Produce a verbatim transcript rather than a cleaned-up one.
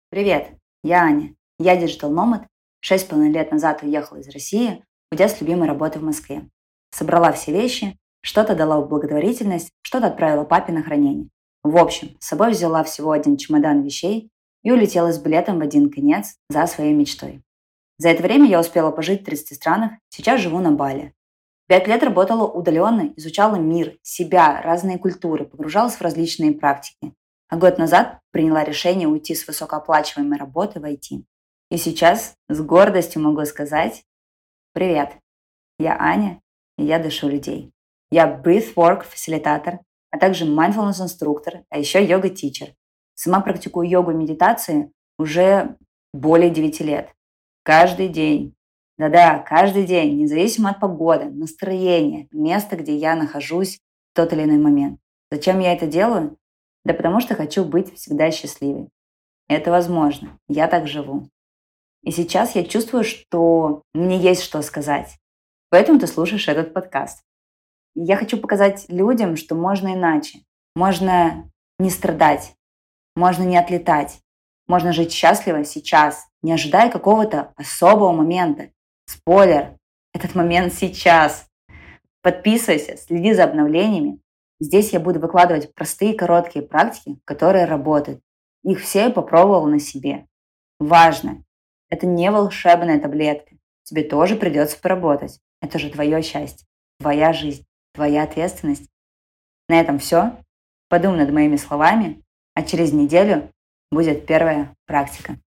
Привет, я Аня. Я диджитал номад. Шесть с половиной лет назад уехала из России, уйдя с любимой работы в Москве. Собрала все вещи, что-то дала в благотворительность, что-то отправила папе на хранение. В общем, с собой взяла всего один чемодан вещей и улетела с билетом в один конец за своей мечтой. За это время я успела пожить в тридцати странах, сейчас живу на Бали. Пять лет работала удаленно, изучала мир, себя, разные культуры, погружалась в различные практики. А год назад приняла решение уйти с высокооплачиваемой работы в ай ти. И сейчас с гордостью могу сказать: привет, я Аня, и я дышу людей. Я breathwork фасилитатор, а также mindfulness инструктор, а еще йога-тичер. Сама практикую йогу и медитации уже более девяти лет. Каждый день. Да-да, каждый день, независимо от погоды, настроения, места, где я нахожусь в тот или иной момент. Зачем я это делаю? Да потому что хочу быть всегда счастливой. Это возможно. Я так живу. И сейчас я чувствую, что мне есть что сказать. Поэтому ты слушаешь этот подкаст. И я хочу показать людям, что можно иначе. Можно не страдать. Можно не отлетать. Можно жить счастливо сейчас, не ожидая какого-то особого момента. Спойлер. Этот момент сейчас. Подписывайся, следи за обновлениями. Здесь я буду выкладывать простые короткие практики, которые работают. Их все я попробовала на себе. Важно. Это не волшебная таблетка. Тебе тоже придется поработать. Это же твое счастье, твоя жизнь, твоя ответственность. На этом все. Подумай над моими словами, а через неделю будет первая практика.